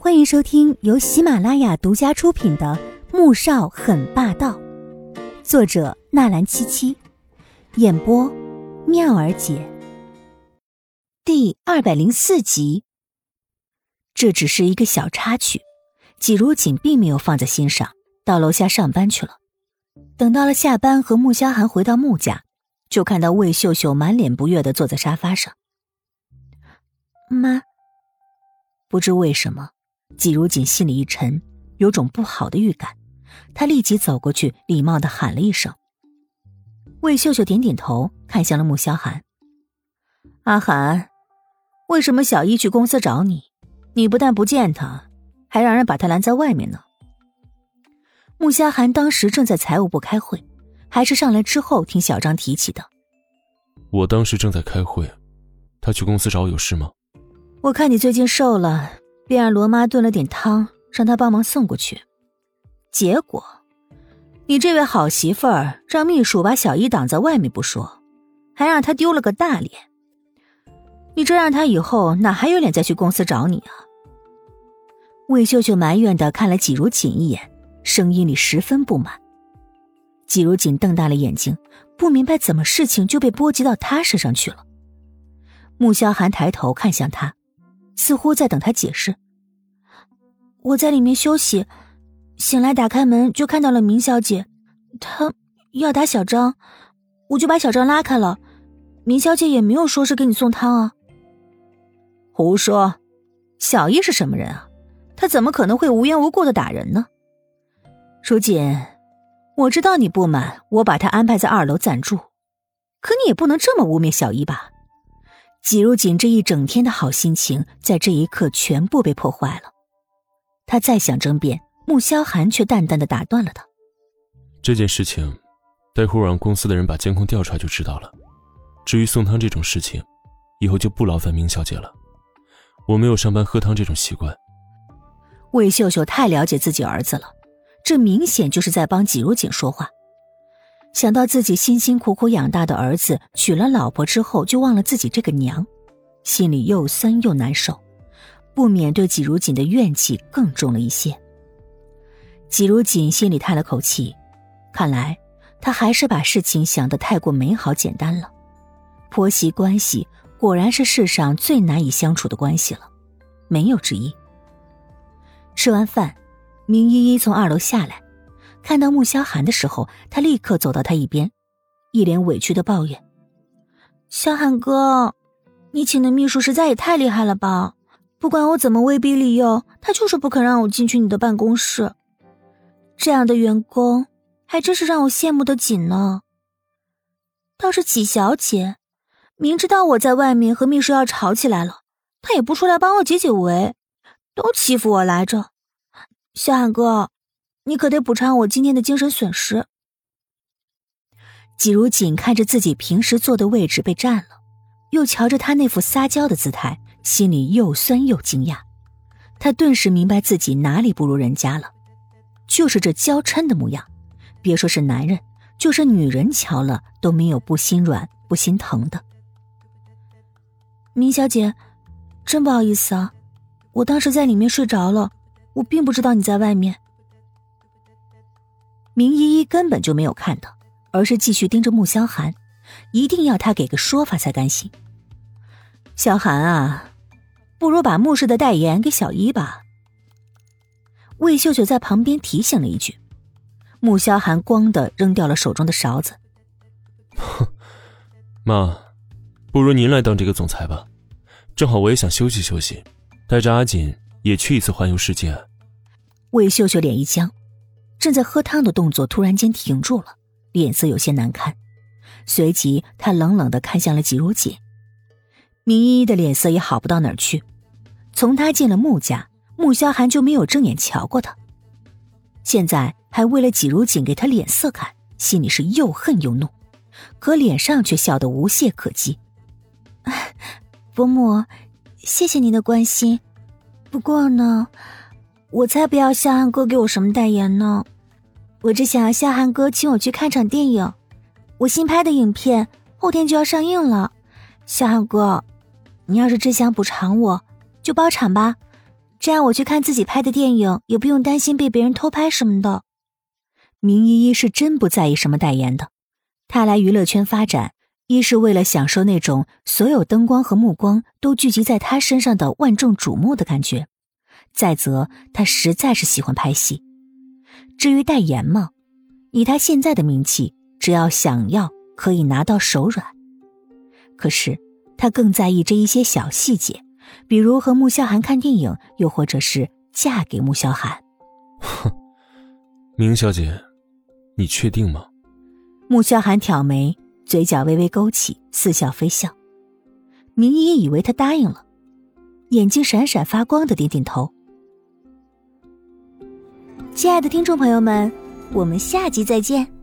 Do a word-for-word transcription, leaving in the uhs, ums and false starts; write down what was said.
欢迎收听由喜马拉雅独家出品的《穆少很霸道》，作者纳兰七七，演播妙儿姐。第二百零四集。这只是一个小插曲，季如锦并没有放在心上，到楼下上班去了。等到了下班和穆萧寒回到穆家，就看到魏秀秀满脸不悦地坐在沙发上。妈。不知为什么，季如锦心里一沉，有种不好的预感。他立即走过去，礼貌地喊了一声。魏秀秀点点头，看向了穆萧寒。阿寒，为什么小姨去公司找你，你不但不见她，还让人把她拦在外面呢？穆萧寒当时正在财务部开会，还是上来之后听小张提起的。 我当时正在开会，他去公司找我有事吗？ 我看你最近瘦了，便让罗妈炖了点汤，让她帮忙送过去。结果你这位好媳妇儿让秘书把小姨挡在外面不说，还让她丢了个大脸。你这让她以后哪还有脸再去公司找你啊？魏秀秀埋怨地看了季如锦一眼，声音里十分不满。季如锦瞪大了眼睛，不明白怎么事情就被波及到他身上去了。穆萧寒抬头看向他，似乎在等他解释。我在里面休息，醒来打开门就看到了明小姐，她要打小张，我就把小张拉开了。明小姐也没有说是给你送汤啊。胡说，小姨是什么人啊？她怎么可能会无缘无故的打人呢？如锦，我知道你不满我把她安排在二楼暂住，可你也不能这么污蔑小姨吧。季如锦这一整天的好心情在这一刻全部被破坏了。他再想争辩，穆萧寒却淡淡的打断了他。 这件事情待会儿我让公司的人把监控调出来就知道了。至于送汤这种事情，以后就不劳烦明小姐了，我没有上班喝汤这种习惯。 魏秀秀太了解自己儿子了，这明显就是在帮季如锦说话。想到自己辛辛苦苦养大的儿子娶了老婆之后就忘了自己这个娘，心里又酸又难受，不免对季如锦的怨气更重了一些。季如锦心里叹了口气，看来他还是把事情想得太过美好简单了。婆媳关系果然是世上最难以相处的关系了，没有之一。吃完饭，明依依从二楼下来，看到穆萧寒的时候，他立刻走到他一边，一脸委屈的抱怨：萧寒哥，你请的秘书实在也太厉害了吧，不管我怎么威逼利诱，他就是不肯让我进去你的办公室。这样的员工还真是让我羡慕的紧呢。倒是季小姐，明知道我在外面和秘书要吵起来了，她也不出来帮我解解围，都欺负我来着。萧寒哥，你可得补偿我今天的精神损失。季如锦看着自己平时坐的位置被占了，又瞧着他那副撒娇的姿态，心里又酸又惊讶。他顿时明白自己哪里不如人家了，就是这娇嗔的模样，别说是男人，就是女人瞧了都没有不心软不心疼的。明小姐，真不好意思啊，我当时在里面睡着了，我并不知道你在外面。明依依根本就没有看到，而是继续盯着穆萧寒，一定要他给个说法才甘心。萧寒啊，不如把穆氏的代言给小姨吧。魏秀秀在旁边提醒了一句。穆萧寒咣地扔掉了手中的勺子。 哼，妈，不如您来当这个总裁吧，正好我也想休息休息，带着阿锦也去一次环游世界。 魏秀秀脸一僵，正在喝汤的动作突然间停住了，脸色有些难看。随即她冷冷地看向了季如锦。明依依的脸色也好不到哪儿去，从她进了穆家，穆萧寒就没有正眼瞧过她，现在还为了季如锦给她脸色看，心里是又恨又怒，可脸上却笑得无懈可击。伯母，谢谢您的关心，不过呢，我才不要萧寒哥给我什么代言呢，我只想要萧寒哥请我去看场电影，我新拍的影片后天就要上映了，萧寒哥，你要是真想补偿我，就包场吧， 这样我去看自己拍的电影，也不用担心被别人偷拍什么的。明依依是真不在意什么代言的，她来娱乐圈发展，一是为了享受那种所有灯光和目光都聚集在她身上的万众瞩目的感觉，再则她实在是喜欢拍戏。至于代言嘛，以她现在的名气，只要想要可以拿到手软。可是她更在意这一些小细节，比如和穆萧寒看电影，又或者是嫁给穆萧寒。 哼，明小姐，你确定吗？ 穆萧寒挑眉，嘴角微微勾起，似笑非笑。明依依以为他答应了，眼睛闪闪发光的点点头。亲爱的听众朋友们，我们下集再见。